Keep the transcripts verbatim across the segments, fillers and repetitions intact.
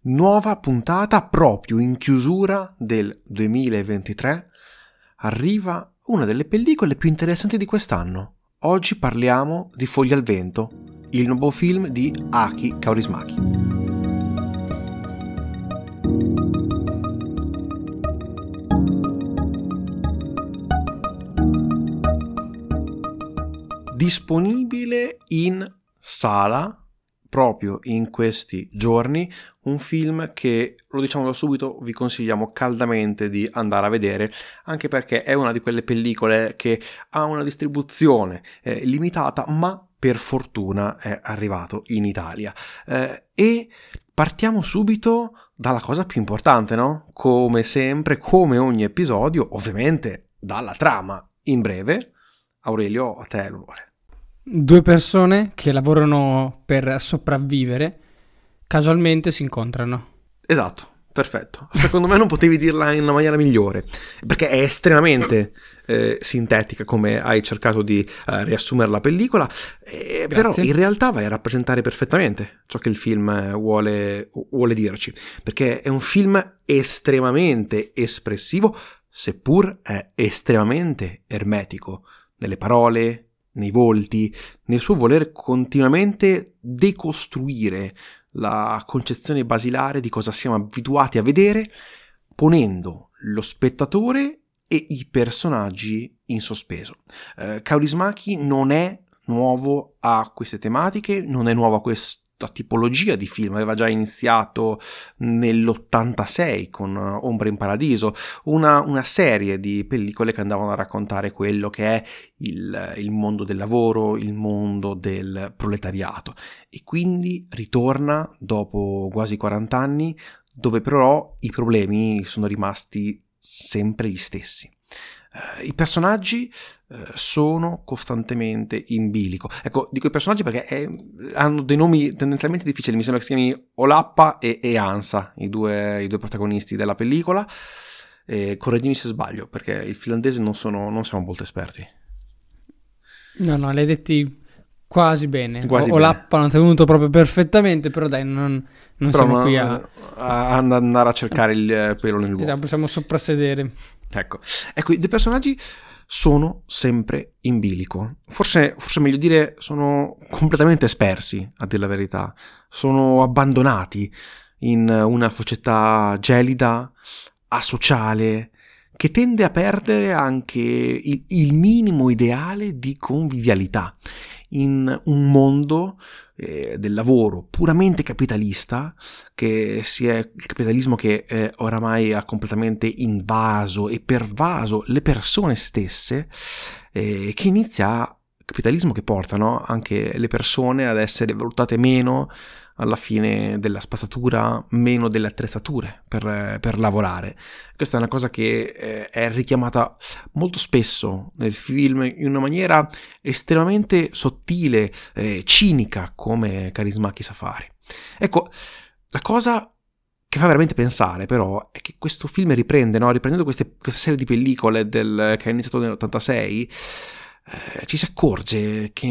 Nuova puntata proprio in chiusura del duemilaventitré. Arriva una delle pellicole più interessanti di quest'anno. Oggi parliamo di Foglie al vento, il nuovo film di Aki Kaurismäki. Disponibile in sala proprio in questi giorni, un film che, lo diciamo da subito, vi consigliamo caldamente di andare a vedere, anche perché è una di quelle pellicole che ha una distribuzione eh, limitata, ma per fortuna è arrivato in Italia. Eh, e partiamo subito dalla cosa più importante, no? Come sempre, come ogni episodio, ovviamente dalla trama. In breve, Aurelio, a te l'onore. Due persone che lavorano per sopravvivere casualmente si incontrano. Esatto, perfetto. Secondo me non potevi dirla in una maniera migliore, perché è estremamente eh, sintetica come hai cercato di eh, riassumere la pellicola, eh, però in realtà vai a rappresentare perfettamente ciò che il film vuole, vuole dirci, perché è un film estremamente espressivo, seppur è estremamente ermetico nelle parole, nei volti, nel suo voler continuamente decostruire la concezione basilare di cosa siamo abituati a vedere, ponendo lo spettatore e i personaggi in sospeso. Eh, Kaurismäki non è nuovo a queste tematiche, non è nuovo a questa tipologia di film, aveva già iniziato nell'ottantasei con Ombre in Paradiso, una, una serie di pellicole che andavano a raccontare quello che è il, il mondo del lavoro, il mondo del proletariato, e quindi ritorna dopo quasi quaranta anni, dove però i problemi sono rimasti sempre gli stessi. Uh, I personaggi uh, sono costantemente in bilico. Ecco, dico i personaggi perché è, hanno dei nomi tendenzialmente difficili. Mi sembra che si chiami Olappa e, e Ansa, i due, i due protagonisti della pellicola. E correggimi se sbaglio, perché il finlandese non, sono, non siamo molto esperti. No, no, l'hai detti quasi bene. Quasi o- Olappa non ti è venuto proprio perfettamente, però dai, non, non però siamo non, qui a... a andare a cercare il pelo nell'uovo. Esatto, possiamo soprassedere. Ecco, ecco, i due personaggi sono sempre in bilico. Forse, forse è meglio dire sono completamente spersi, a dire la verità. Sono abbandonati in una società gelida, asociale, che tende a perdere anche il, il minimo ideale di convivialità. In un mondo eh, del lavoro puramente capitalista, che si è il capitalismo che eh, oramai ha completamente invaso e pervaso le persone stesse, eh, che inizia capitalismo che porta, no? Anche le persone ad essere valutate meno alla fine della spazzatura, meno delle attrezzature per, per lavorare. Questa è una cosa che eh, è richiamata molto spesso nel film in una maniera estremamente sottile, eh, cinica, come Kaurismäki sa fare. Ecco, la cosa che fa veramente pensare però è che questo film riprende, no? Riprendendo queste, questa serie di pellicole del, che è iniziato nell'ottantasei, eh, ci si accorge che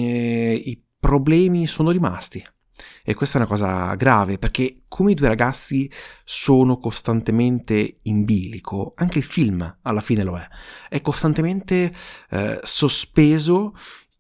i problemi sono rimasti. E questa è una cosa grave, perché come i due ragazzi sono costantemente in bilico, anche il film alla fine lo è, è costantemente eh, sospeso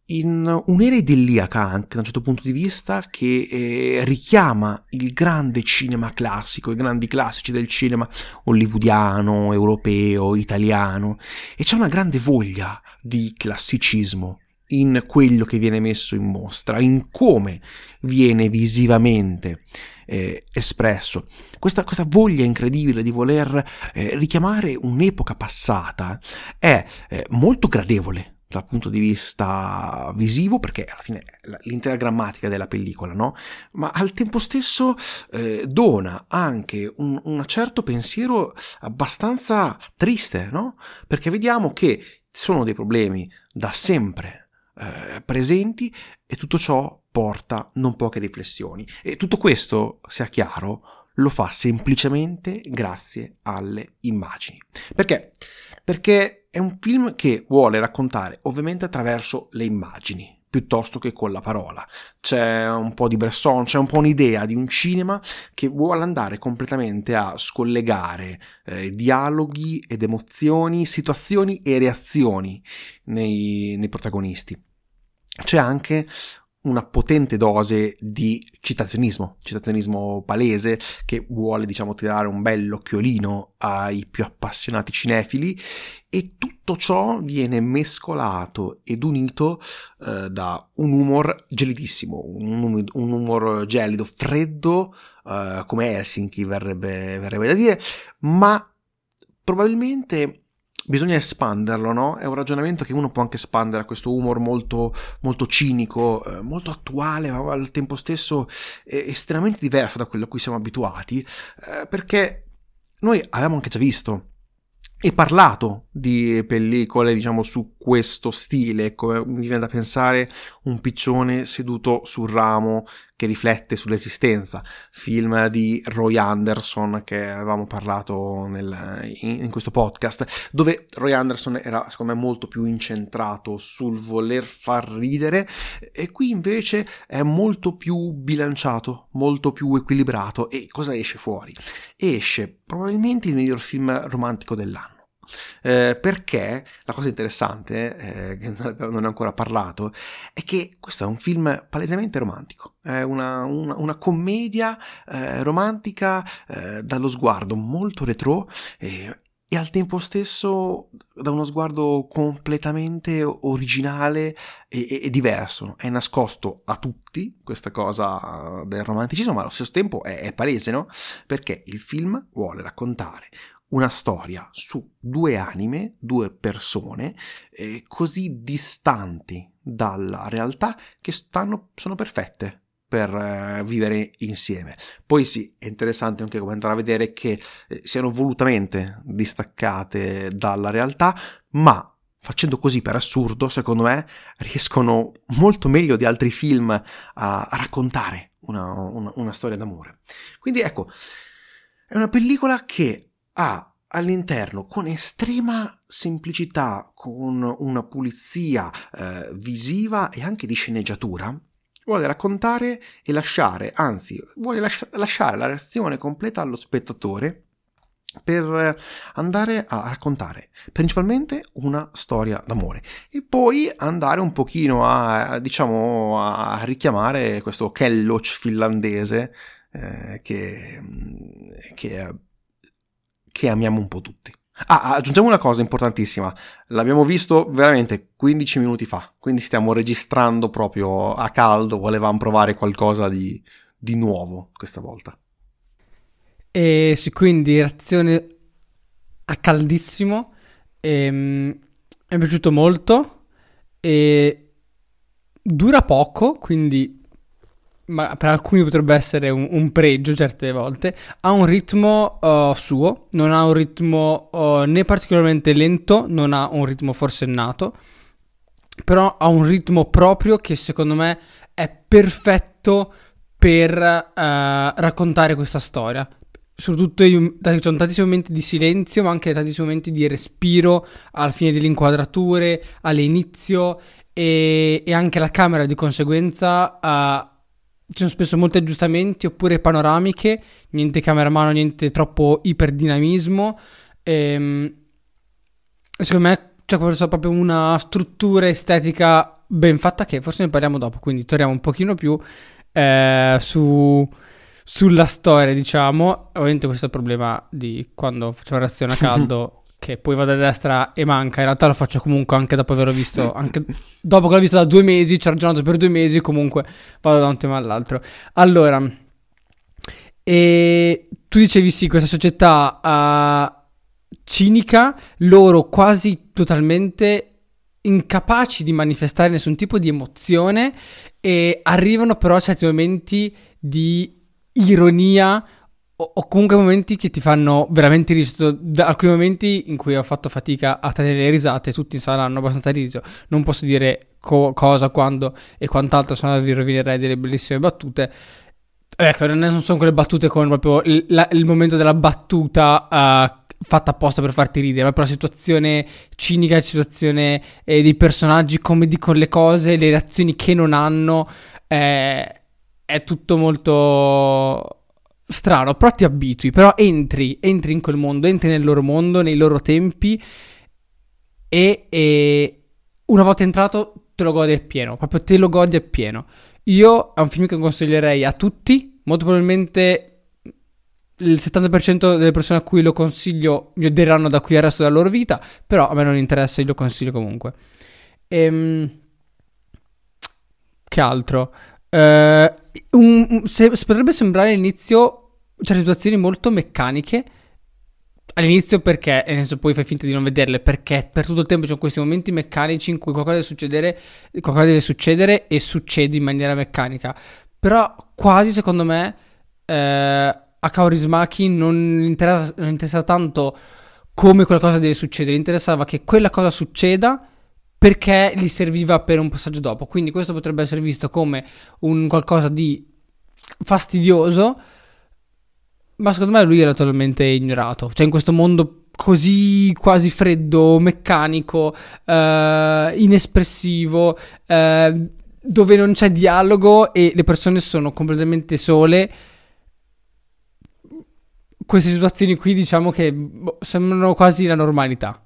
in un'era idilliaca anche da un certo punto di vista, che eh, richiama il grande cinema classico, i grandi classici del cinema hollywoodiano, europeo, italiano, e c'è una grande voglia di classicismo in quello che viene messo in mostra, in come viene visivamente eh, espresso. Questa, questa voglia incredibile di voler eh, richiamare un'epoca passata è eh, molto gradevole dal punto di vista visivo, perché alla fine è l'intera grammatica della pellicola, no? Ma al tempo stesso eh, dona anche un, un certo pensiero abbastanza triste, no? Perché vediamo che sono dei problemi da sempre Eh, presenti, e tutto ciò porta non poche riflessioni, e tutto questo, sia chiaro, lo fa semplicemente grazie alle immagini. Perché? Perché è un film che vuole raccontare ovviamente attraverso le immagini, piuttosto che con la parola. C'è un po' di Bresson, c'è un po' un'idea di un cinema che vuole andare completamente a scollegare eh, dialoghi ed emozioni, situazioni e reazioni nei, nei protagonisti. C'è anche una potente dose di citazionismo, citazionismo palese, che vuole, diciamo, tirare un bell'occhiolino ai più appassionati cinefili, e tutto ciò viene mescolato ed unito eh, da un humor gelidissimo, un, un humor gelido, freddo, eh, come Helsinki verrebbe, verrebbe da dire, ma probabilmente bisogna espanderlo, no? È un ragionamento che uno può anche espandere a questo humor molto, molto cinico, eh, molto attuale, ma al tempo stesso eh, estremamente diverso da quello a cui siamo abituati, eh, perché noi avevamo anche già visto e parlato di pellicole, diciamo, su questo stile, come mi viene da pensare Un piccione seduto sul ramo che riflette sull'esistenza, film di Roy Anderson che avevamo parlato nel, in, in questo podcast, dove Roy Anderson era, secondo me, molto più incentrato sul voler far ridere, e qui invece è molto più bilanciato, molto più equilibrato. E cosa esce fuori? Esce probabilmente il miglior film romantico dell'anno. Eh, perché la cosa interessante, eh, che non ne ho ancora parlato, è che questo è un film palesemente romantico, è una, una, una commedia eh, romantica eh, dallo sguardo molto retro eh, e al tempo stesso da uno sguardo completamente originale e, e diverso. È nascosto a tutti questa cosa del romanticismo, ma allo stesso tempo è, è palese, no? Perché il film vuole raccontare una storia su due anime, due persone eh, così distanti dalla realtà che stanno, sono perfette per eh, vivere insieme. Poi sì, è interessante anche come andare a vedere che eh, siano volutamente distaccate dalla realtà, ma facendo così per assurdo, secondo me, riescono molto meglio di altri film a, a raccontare una, una, una storia d'amore. Quindi ecco, è una pellicola che ha all'interno, con estrema semplicità, con una pulizia eh, visiva e anche di sceneggiatura, vuole raccontare e lasciare, anzi, vuole lascia- lasciare la reazione completa allo spettatore per andare a raccontare principalmente una storia d'amore, e poi andare un pochino a, diciamo, a richiamare questo kelloch finlandese eh, che, che che amiamo un po' tutti. Ah, aggiungiamo una cosa importantissima, l'abbiamo visto veramente quindici minuti fa, quindi stiamo registrando proprio a caldo, volevamo provare qualcosa di, di nuovo questa volta. E sì, quindi reazione a caldissimo, e, mi è piaciuto molto, e dura poco, quindi ma per alcuni potrebbe essere un, un pregio certe volte. Ha un ritmo uh, suo, non ha un ritmo uh, né particolarmente lento, non ha un ritmo forsennato, però ha un ritmo proprio che secondo me è perfetto per uh, raccontare questa storia. Soprattutto ci sono tantissimi momenti di silenzio, ma anche tantissimi momenti di respiro alla fine delle inquadrature, all'inizio, e, e anche la camera di conseguenza uh, ci sono spesso molti aggiustamenti oppure panoramiche, niente camera a mano, niente troppo iperdinamismo. E, secondo me c'è proprio una struttura estetica ben fatta, che forse ne parliamo dopo, quindi torniamo un pochino più eh, su, sulla storia, diciamo. Ovviamente questo è il problema di quando facciamo reazione a caldo che poi vado a destra e manca. In realtà lo faccio comunque anche dopo averlo visto, anche dopo che l'ho visto da due mesi, ci ho ragionato per due mesi, comunque vado da un tema all'altro. Allora, e tu dicevi sì, questa società uh, cinica, loro quasi totalmente incapaci di manifestare nessun tipo di emozione, e arrivano però a certi momenti di ironia o comunque momenti che ti fanno veramente ridere. Da alcuni momenti in cui ho fatto fatica a tenere le risate, tutti saranno abbastanza riso, non posso dire co- cosa, quando e quant'altro, se no vi rovinerei delle bellissime battute. Ecco, non sono quelle battute con proprio il, la, il momento della battuta uh, fatta apposta per farti ridere, proprio la situazione cinica, la situazione eh, dei personaggi, come dicono le cose, le reazioni che non hanno, eh, è tutto molto strano, però ti abitui, però entri, entri in quel mondo, entri nel loro mondo, nei loro tempi e, e una volta entrato te lo godi appieno, proprio te lo godi appieno. Io è un film che consiglierei a tutti, molto probabilmente il settanta per cento delle persone a cui lo consiglio mi odieranno da qui al resto della loro vita, però a me non interessa, io lo consiglio comunque. Ehm, che altro? Eh, un, un, se, potrebbe sembrare all'inizio certe situazioni molto meccaniche, all'inizio perché, nel senso poi fai finta di non vederle, perché per tutto il tempo ci sono questi momenti meccanici in cui qualcosa deve succedere, qualcosa deve succedere e succede in maniera meccanica, però quasi secondo me eh, a Kaurismäki non gli interessa, non interessa tanto come qualcosa deve succedere, gli interessava che quella cosa succeda perché gli serviva per un passaggio dopo. Quindi questo potrebbe essere visto come un qualcosa di fastidioso, ma secondo me lui era totalmente ignorato. Cioè in questo mondo così quasi freddo, meccanico, eh, inespressivo, eh, dove non c'è dialogo e le persone sono completamente sole, queste situazioni qui diciamo che boh, sembrano quasi la normalità.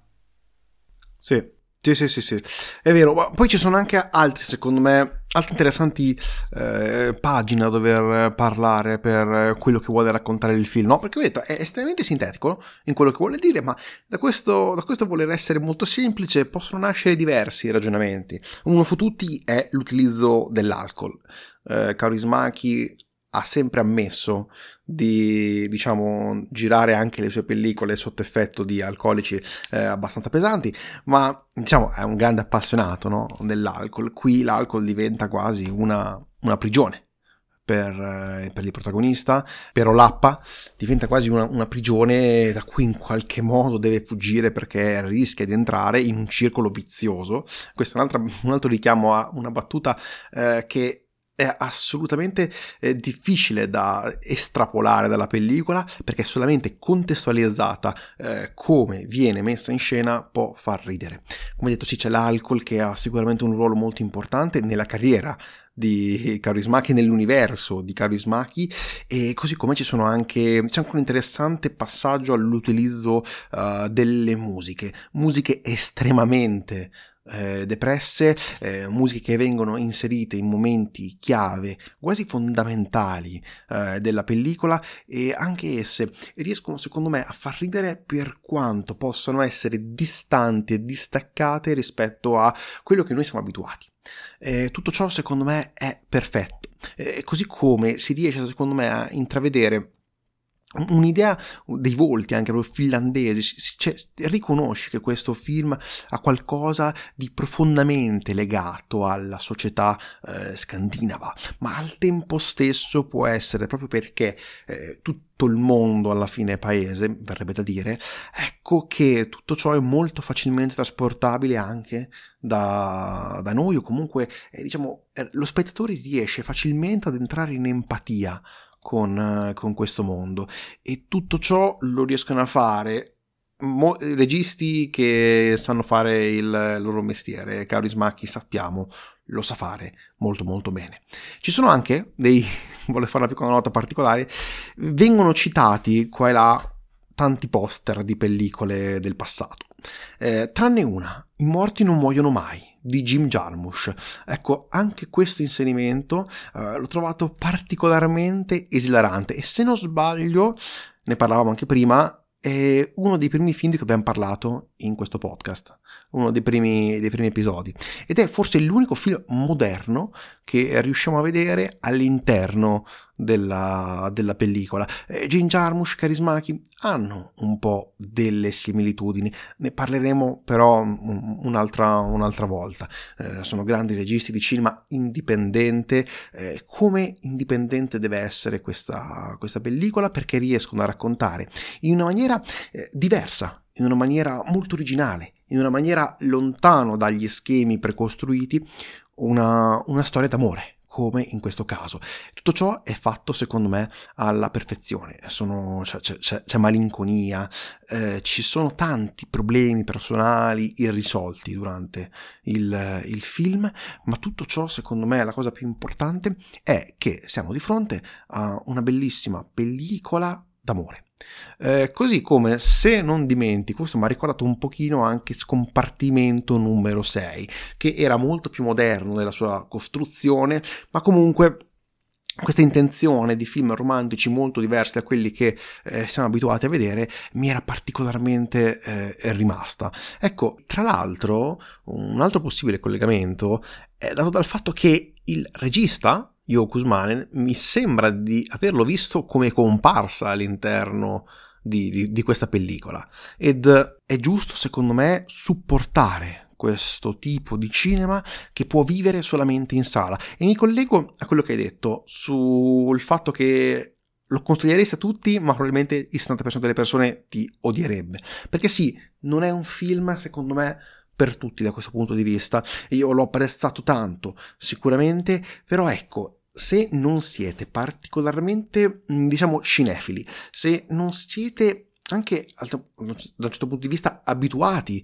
Sì. Sì, sì, sì, sì, è vero, ma poi ci sono anche altri, secondo me, altre interessanti eh, pagine a dover parlare per quello che vuole raccontare il film, no? Perché ho detto, è estremamente sintetico, no? In quello che vuole dire, ma da questo, da questo voler essere molto semplice possono nascere diversi ragionamenti. Uno su tutti è l'utilizzo dell'alcol. Eh, Kaurismäki ha sempre ammesso di, diciamo, girare anche le sue pellicole sotto effetto di alcolici eh, abbastanza pesanti, ma diciamo è un grande appassionato, no, dell'alcol. Qui l'alcol diventa quasi una, una prigione per, eh, per il protagonista, per Olappa diventa quasi una, una prigione da cui in qualche modo deve fuggire perché rischia di entrare in un circolo vizioso. Questo è un altro, un altro richiamo a una battuta eh, che è assolutamente eh, difficile da estrapolare dalla pellicola, perché solamente contestualizzata eh, come viene messa in scena può far ridere. Come detto, sì, c'è l'alcol che ha sicuramente un ruolo molto importante nella carriera di Kaurismäki, nell'universo di Kaurismäki, e così come ci sono anche c'è anche un interessante passaggio all'utilizzo uh, delle musiche musiche estremamente Eh, depresse, eh, musiche che vengono inserite in momenti chiave, quasi fondamentali eh, della pellicola, e anche esse riescono secondo me a far ridere per quanto possano essere distanti e distaccate rispetto a quello che noi siamo abituati. Eh, tutto ciò secondo me è perfetto, eh, così come si riesce secondo me a intravedere un'idea dei volti anche proprio finlandesi, cioè, riconosci che questo film ha qualcosa di profondamente legato alla società eh, scandinava, ma al tempo stesso può essere, proprio perché eh, tutto il mondo alla fine è paese, verrebbe da dire, ecco che tutto ciò è molto facilmente trasportabile anche da, da noi, o comunque eh, diciamo eh, lo spettatore riesce facilmente ad entrare in empatia Con, con questo mondo, e tutto ciò lo riescono a fare mo- registi che sanno fare il loro mestiere. Kaurismäki, sappiamo, lo sa fare molto molto bene. Ci sono anche dei, voglio fare una piccola nota particolare, vengono citati qua e là tanti poster di pellicole del passato, eh, tranne una, I morti non muoiono mai, di Jim Jarmusch. Ecco, anche questo inserimento eh, l'ho trovato particolarmente esilarante, e se non sbaglio, ne parlavamo anche prima, è uno dei primi film di cui abbiamo parlato in questo podcast, uno dei primi, dei primi episodi, ed è forse l'unico film moderno che riusciamo a vedere all'interno della, della pellicola. eh, Jim Jarmusch, Kaurismäki hanno un po' delle similitudini, ne parleremo però un'altra, un'altra volta. Eh, sono grandi registi di cinema indipendente, eh, come indipendente deve essere questa, questa pellicola, perché riescono a raccontare in una maniera eh, diversa, in una maniera molto originale, in una maniera lontano dagli schemi precostruiti, una, una storia d'amore come in questo caso. Tutto ciò è fatto secondo me alla perfezione. Sono, c'è, c'è, c'è malinconia, eh, ci sono tanti problemi personali irrisolti durante il, il film, ma tutto ciò secondo me la cosa più importante è che siamo di fronte a una bellissima pellicola d'amore. Eh, così come, se non dimentico, questo mi ha ricordato un pochino anche Scompartimento numero sei, che era molto più moderno nella sua costruzione, ma comunque questa intenzione di film romantici molto diversi da quelli che eh, siamo abituati a vedere mi era particolarmente eh, rimasta. Ecco, tra l'altro, un altro possibile collegamento è dato dal fatto che il regista Io Kuzmanen mi sembra di averlo visto come comparsa all'interno di, di, di questa pellicola, ed è giusto secondo me supportare questo tipo di cinema che può vivere solamente in sala. E mi collego a quello che hai detto sul fatto che lo consiglieresti a tutti, ma probabilmente il settanta per cento delle persone ti odierebbe, perché sì, non è un film secondo me per tutti da questo punto di vista. Io l'ho apprezzato tanto sicuramente, però ecco, se non siete particolarmente, diciamo, cinefili, se non siete anche da un certo punto di vista abituati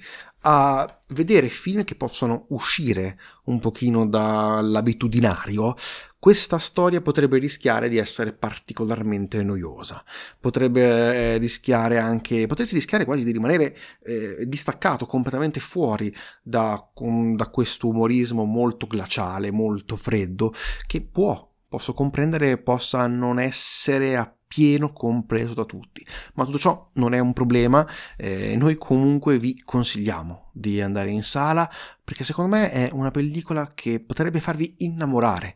a vedere film che possono uscire un pochino dall'abitudinario, questa storia potrebbe rischiare di essere particolarmente noiosa, potrebbe rischiare anche, potresti rischiare quasi di rimanere eh, distaccato, completamente fuori da, con, da questo umorismo molto glaciale, molto freddo, che può, posso comprendere, possa non essere a pieno compreso da tutti, ma tutto ciò non è un problema. Eh, noi comunque vi consigliamo di andare in sala, perché secondo me è una pellicola che potrebbe farvi innamorare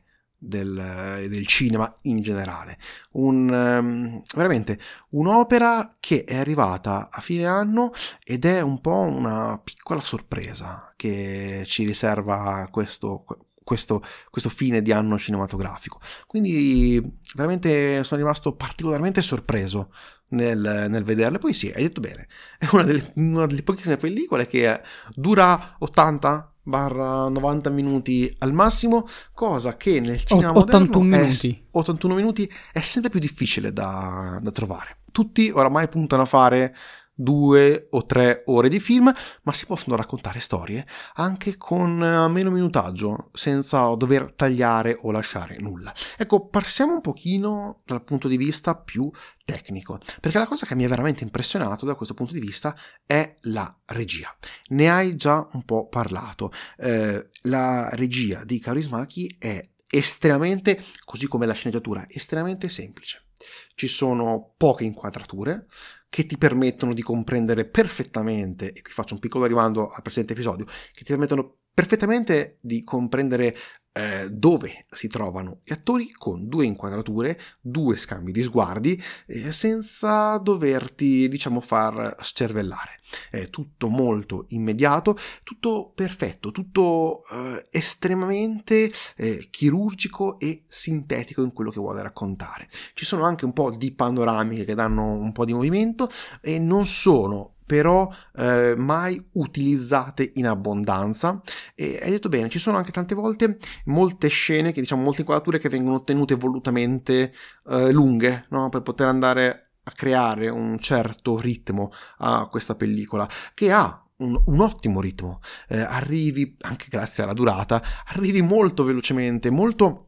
del, del cinema in generale. Un, um, veramente un'opera che è arrivata a fine anno ed è un po' una piccola sorpresa che ci riserva questo Questo, questo fine di anno cinematografico. Quindi veramente sono rimasto particolarmente sorpreso nel, nel vederle. Poi sì, hai detto bene, è una delle, una delle pochissime pellicole che dura ottanta novanta minuti al massimo, cosa che nel cinema ottantuno moderno minuti. È, ottantuno minuti è sempre più difficile da, da trovare. Tutti oramai puntano a fare due o tre ore di film, ma si possono raccontare storie anche con meno minutaggio, senza dover tagliare o lasciare nulla. Ecco, passiamo un pochino dal punto di vista più tecnico, perché la cosa che mi ha veramente impressionato da questo punto di vista è la regia. Ne hai già un po' parlato. Eh, la regia di Kaurismäki è estremamente, così come la sceneggiatura, estremamente semplice. Ci sono poche inquadrature che ti permettono di comprendere perfettamente, e qui faccio un piccolo rimando al precedente episodio, che ti permettono perfettamente di comprendere eh, dove si trovano gli attori, con due inquadrature, due scambi di sguardi, eh, senza doverti, diciamo, far scervellare. È tutto molto immediato, tutto perfetto, tutto eh, estremamente eh, chirurgico e sintetico in quello che vuole raccontare. Ci sono anche un po' di panoramiche che danno un po' di movimento e non sono però eh, mai utilizzate in abbondanza. E hai detto bene, ci sono anche tante volte molte scene, che diciamo molte inquadrature che vengono tenute volutamente eh, lunghe, no? Per poter andare a creare un certo ritmo a questa pellicola, che ha un, un ottimo ritmo, eh, arrivi, anche grazie alla durata, arrivi molto velocemente, molto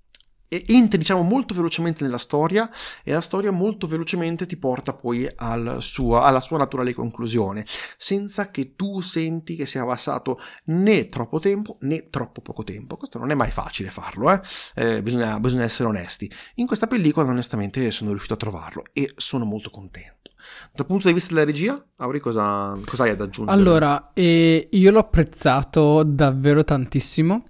e entri, diciamo, molto velocemente nella storia, e la storia molto velocemente ti porta poi al sua, alla sua naturale conclusione, senza che tu senti che sia passato né troppo tempo né troppo poco tempo. Questo non è mai facile farlo, eh? Eh, bisogna, bisogna essere onesti. In questa pellicola onestamente sono riuscito a trovarlo e sono molto contento. Dal punto di vista della regia, Auri, cosa, cosa hai ad aggiungere? Allora, eh, io l'ho apprezzato davvero tantissimo,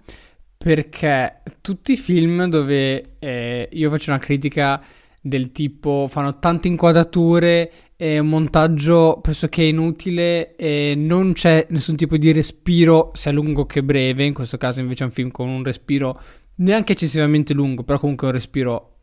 perché tutti i film dove eh, io faccio una critica del tipo fanno tante inquadrature e un montaggio pressoché inutile e non c'è nessun tipo di respiro, sia lungo che breve, in questo caso invece è un film con un respiro neanche eccessivamente lungo, però comunque un respiro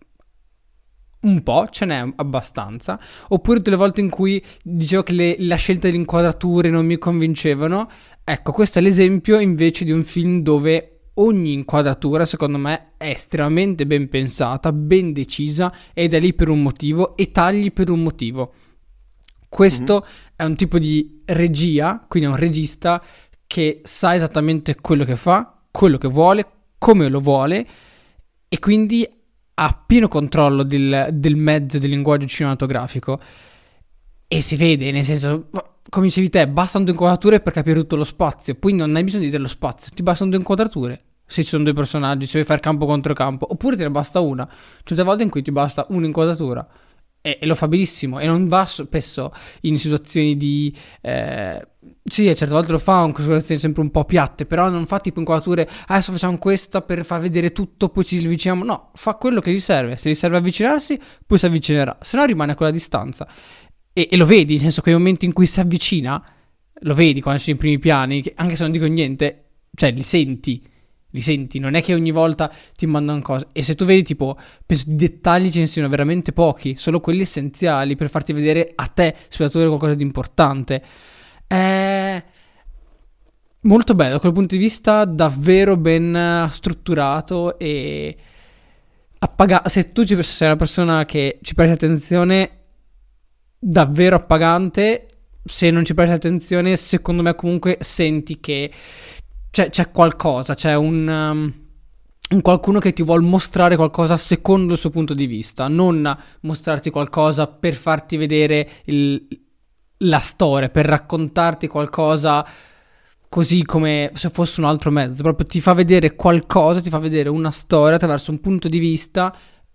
un po', ce n'è abbastanza. Oppure tutte le volte in cui dicevo che le, la scelta delle inquadrature non mi convincevano, ecco, questo è l'esempio invece di un film dove ogni inquadratura secondo me è estremamente ben pensata, ben decisa, ed è lì per un motivo e tagli per un motivo. Questo mm-hmm. è un tipo di regia, quindi è un regista che sa esattamente quello che fa, quello che vuole, come lo vuole, e quindi ha pieno controllo del, del mezzo del linguaggio cinematografico. E si vede, nel senso, come dicevi te, bastano due inquadrature per capire tutto lo spazio, poi non hai bisogno di dello spazio, ti bastano due inquadrature. Se ci sono due personaggi, se vuoi fare campo contro campo, oppure te ne basta una. C'è delle volte in cui ti basta un'inquadratura e, e lo fa benissimo, e non va spesso in situazioni di eh, sì, a certe volte lo fa con situazioni sempre un po' piatte, però non fa tipo inquadrature adesso facciamo questa per far vedere tutto, poi ci avviciniamo. No, fa quello che gli serve. Se gli serve avvicinarsi, poi si avvicinerà, se no rimane a quella distanza. E, e lo vedi, nel senso che nei momenti in cui si avvicina, lo vedi quando sono i primi piani, che anche se non dico niente, cioè li senti. Li senti, non è che ogni volta ti mandano cose. E se tu vedi, tipo, penso di dettagli ce ne siano veramente pochi, solo quelli essenziali per farti vedere a te, spettatore, qualcosa di importante. È molto bello, da quel punto di vista davvero ben strutturato e appaga- se tu ci, sei una persona che ci presti attenzione, davvero appagante. Se non ci presti attenzione, secondo me comunque senti che C'è, c'è qualcosa, c'è un, um, un qualcuno che ti vuol mostrare qualcosa secondo il suo punto di vista, non mostrarti qualcosa per farti vedere il, la storia, per raccontarti qualcosa così come se fosse un altro mezzo. Proprio ti fa vedere qualcosa, ti fa vedere una storia attraverso un punto di vista,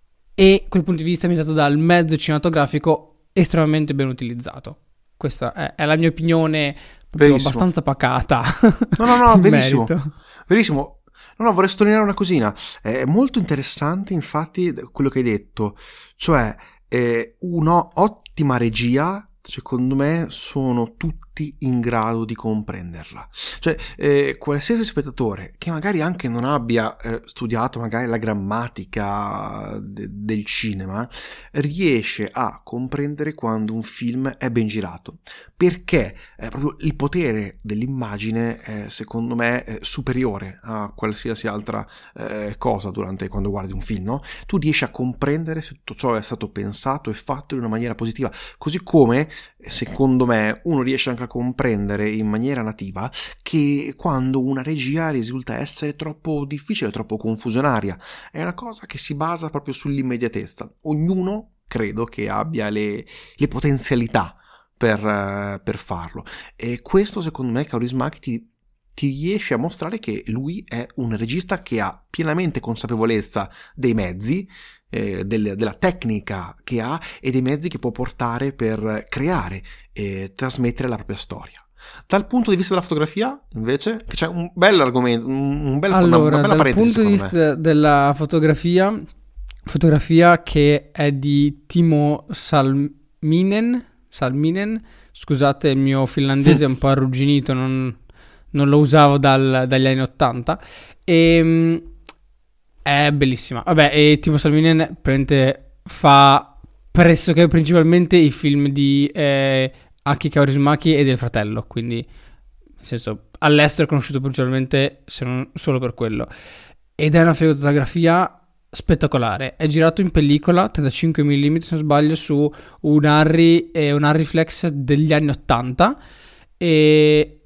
e quel punto di vista è dato dal mezzo cinematografico estremamente ben utilizzato. Questa è, è la mia opinione, abbastanza pacata. No, no, no, verissimo. Verissimo. No, no, vorrei sottolineare una cosina. È molto interessante, infatti, quello che hai detto. Cioè, eh, un'ottima regia, secondo me, sono tutti in grado di comprenderla. Cioè, eh, qualsiasi spettatore che magari anche non abbia eh, studiato magari la grammatica de- del cinema, riesce a comprendere quando un film è ben girato, perché eh, proprio il potere dell'immagine è, secondo me, è superiore a qualsiasi altra eh, cosa durante quando guardi un film, no? Tu riesci a comprendere se tutto ciò è stato pensato e fatto in una maniera positiva, così come secondo me uno riesce anche a comprendere in maniera nativa che quando una regia risulta essere troppo difficile, troppo confusionaria. È una cosa che si basa proprio sull'immediatezza. Ognuno credo che abbia le, le potenzialità per, uh, per farlo, e questo secondo me Kaurismäki ti, ti riesce a mostrare che lui è un regista che ha pienamente consapevolezza dei mezzi, eh, del, della tecnica che ha e dei mezzi che può portare per creare e trasmettere la propria storia. Dal punto di vista della fotografia, invece, che c'è un bel argomento, un, un bel, allora, una, una bella dal parentesi, punto di vista me. della fotografia, fotografia che è di Timo Salminen, Salminen, scusate il mio finlandese è un po' arrugginito, non, non lo usavo dal, dagli anni ottanta, e è bellissima. Vabbè, e Timo Salminen praticamente fa pressoché principalmente i film di eh, Aki Kaurismäki e del fratello, quindi nel senso all'estero è conosciuto principalmente, se non solo per quello, ed è una fotografia spettacolare. È girato in pellicola trentacinque millimetri se non sbaglio, su un Harry e un Harryflex degli anni ottanta, e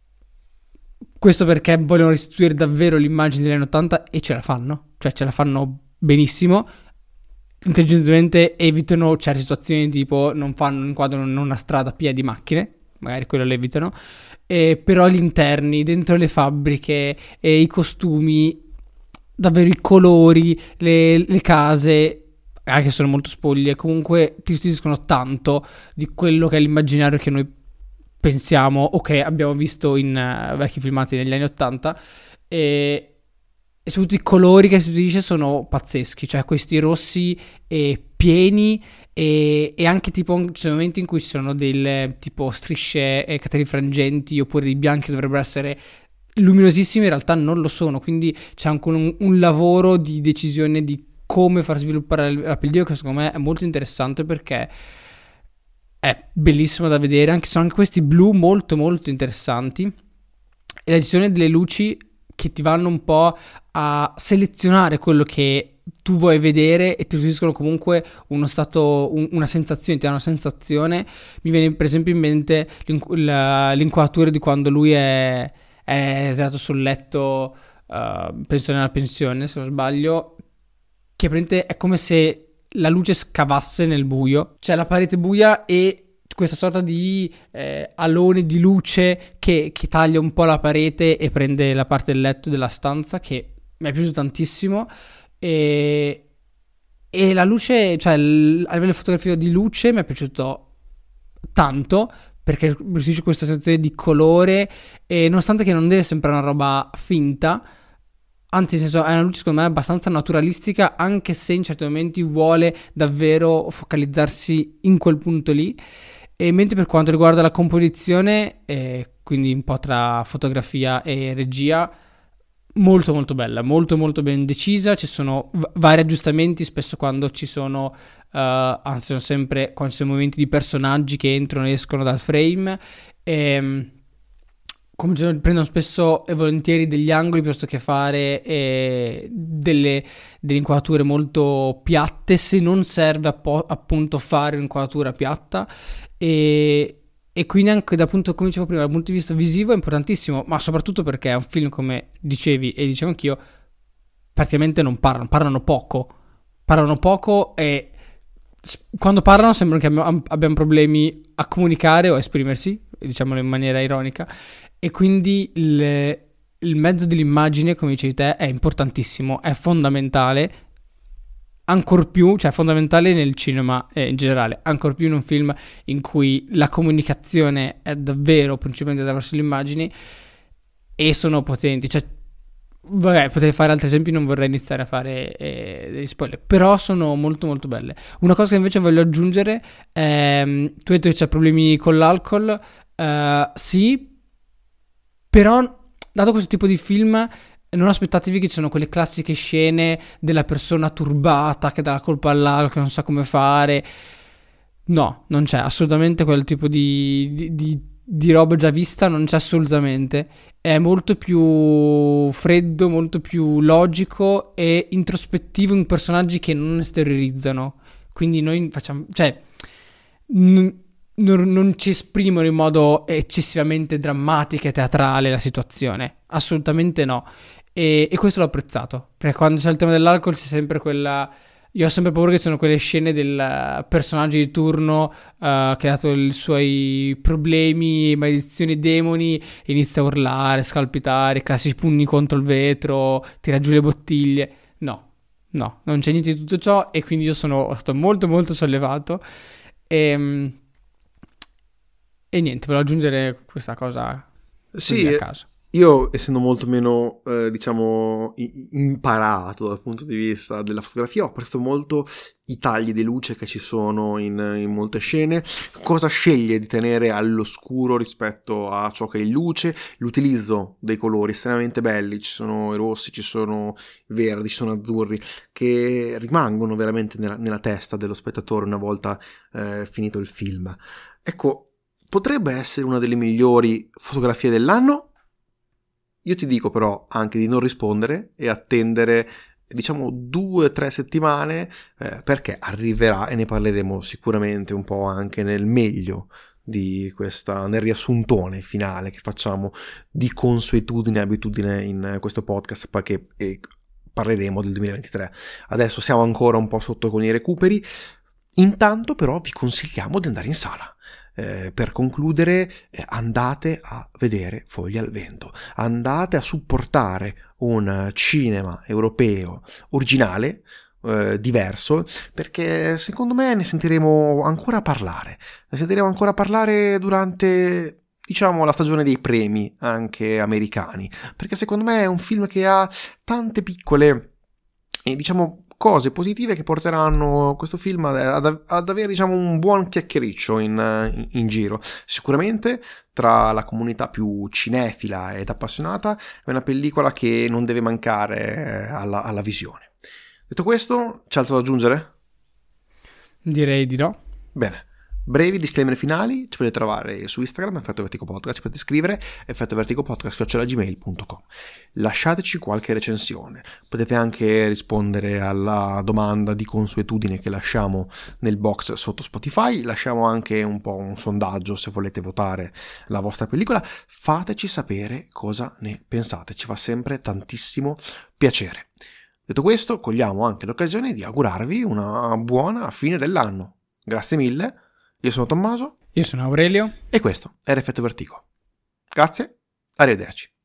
questo perché vogliono restituire davvero l'immagine degli anni ottanta, e ce la fanno, cioè ce la fanno benissimo. Intelligentemente evitano certe situazioni, tipo non fanno, non inquadrano in una strada piena di macchine, magari quello lo evitano, e però gli interni, dentro le fabbriche, e i costumi, davvero i colori, le, le case, anche se sono molto spoglie, comunque ti restituiscono tanto di quello che è l'immaginario che noi pensiamo o che abbiamo visto in uh, vecchi filmati negli anni ottanta, e e soprattutto i colori che si utilizza sono pazzeschi, cioè questi rossi e pieni, e, e anche tipo ci sono momenti in cui ci sono delle tipo strisce e catene frangenti, oppure dei bianchi che dovrebbero essere luminosissimi, in realtà non lo sono, quindi c'è anche un, un lavoro di decisione di come far sviluppare la pellicola che secondo me è molto interessante, perché è bellissimo da vedere. Anche sono anche questi blu molto molto interessanti, e la decisione delle luci che ti vanno un po' a selezionare quello che tu vuoi vedere e ti restituiscono comunque uno stato, un, una sensazione, ti danno una sensazione. Mi viene per esempio in mente l'inqu- la- l'inquadratura di quando lui è, è sdraiato sul letto, uh, penso nella pensione se non sbaglio, che praticamente è come se la luce scavasse nel buio, cioè la parete buia e questa sorta di eh, alone di luce che, che taglia un po' la parete e prende la parte del letto della stanza, che mi è piaciuto tantissimo. E, e la luce, cioè l- a livello fotografico di luce mi è piaciuto tanto, perché restituisce questa sensazione di colore, e nonostante che non deve sembrare una roba finta, anzi nel senso è una luce secondo me abbastanza naturalistica, anche se in certi momenti vuole davvero focalizzarsi in quel punto lì. E mentre per quanto riguarda la composizione, eh, quindi un po' tra fotografia e regia, molto molto bella, molto molto ben decisa. Ci sono v- vari aggiustamenti spesso quando ci sono, uh, anzi sono sempre quando ci sono momenti di personaggi che entrano e escono dal frame, e come dicevo, prendono spesso e volentieri degli angoli piuttosto che fare eh, delle, delle inquadrature molto piatte, se non serve appo- appunto fare un'inquadratura piatta. E, e quindi anche dal punto, come dicevo prima, dal punto di vista visivo è importantissimo, ma soprattutto perché è un film, come dicevi e dicevo anch'io, praticamente non parlano, parlano poco, parlano poco e quando parlano sembra che abbiamo, abbiamo problemi a comunicare o a esprimersi, diciamolo in maniera ironica, e quindi il, il mezzo dell'immagine, come dicevi te, è importantissimo, è fondamentale, ancor più, cioè fondamentale nel cinema eh, in generale, ancor più in un film in cui la comunicazione è davvero principalmente attraverso le immagini e sono potenti. Cioè, vabbè, potrei fare altri esempi, non vorrei iniziare a fare eh, degli spoiler, però sono molto molto belle. Una cosa che invece voglio aggiungere, ehm, tu hai detto che c'è problemi con l'alcol, eh, sì, però dato questo tipo di film non aspettatevi che ci sono quelle classiche scene della persona turbata che dà la colpa all'alcol, che non sa come fare. No, non c'è assolutamente quel tipo di, di, di, di roba già vista, non c'è assolutamente. È molto più freddo, molto più logico e introspettivo in personaggi che non esteriorizzano. Quindi noi facciamo, cioè n- non, non ci esprimono in modo eccessivamente drammatica e teatrale la situazione, assolutamente no. E, e questo l'ho apprezzato, perché quando c'è il tema dell'alcol c'è sempre quella... Io ho sempre paura che ci sono quelle scene del personaggio di turno uh, che ha dato i suoi problemi, maledizioni, demoni, inizia a urlare, scalpitare, classici pugni contro il vetro, tira giù le bottiglie. No, no, non c'è niente di tutto ciò, e quindi io sono stato molto molto sollevato. E, e niente, volevo aggiungere questa cosa sì, a caso. Io, essendo molto meno, eh, diciamo, i- imparato dal punto di vista della fotografia, ho apprezzato molto i tagli di luce che ci sono in, in molte scene, cosa sceglie di tenere all'oscuro rispetto a ciò che è in luce, l'utilizzo dei colori estremamente belli, ci sono i rossi, ci sono i verdi, ci sono azzurri, che rimangono veramente nella, nella testa dello spettatore una volta eh, finito il film. Ecco, potrebbe essere una delle migliori fotografie dell'anno. Io ti dico però anche di non rispondere e attendere, diciamo, due o tre settimane, eh, perché arriverà e ne parleremo sicuramente un po' anche nel meglio di questa, nel riassuntone finale che facciamo di consuetudine e abitudine in questo podcast, perché eh, parleremo del duemilaventitré. Adesso siamo ancora un po' sotto con i recuperi, intanto però vi consigliamo di andare in sala. Eh, per concludere, eh, andate a vedere Foglie al vento, andate a supportare un cinema europeo originale, eh, diverso, perché secondo me ne sentiremo ancora parlare, ne sentiremo ancora parlare durante, diciamo, la stagione dei premi anche americani, perché secondo me è un film che ha tante piccole e, diciamo, cose positive che porteranno questo film ad, ad avere, diciamo, un buon chiacchiericcio in, in, in giro. Sicuramente tra la comunità più cinefila ed appassionata è una pellicola che non deve mancare alla, alla visione. Detto questo, c'è altro da aggiungere? Direi di no. Bene, Brevi disclaimer finali ci potete trovare su Instagram, Effetto Vertigo Podcast, ci potete scrivere effetto vertigo podcast chiocciola gmail punto com. Lasciateci qualche recensione, potete anche rispondere alla domanda di consuetudine che lasciamo nel box sotto Spotify, lasciamo anche un po' un sondaggio se volete votare la vostra pellicola, fateci sapere cosa ne pensate, ci fa sempre tantissimo piacere. Detto questo, cogliamo anche l'occasione di augurarvi una buona fine dell'anno. Grazie mille. Io sono Tommaso. Io sono Aurelio. E questo era Effetto Vertigo. Grazie, arrivederci.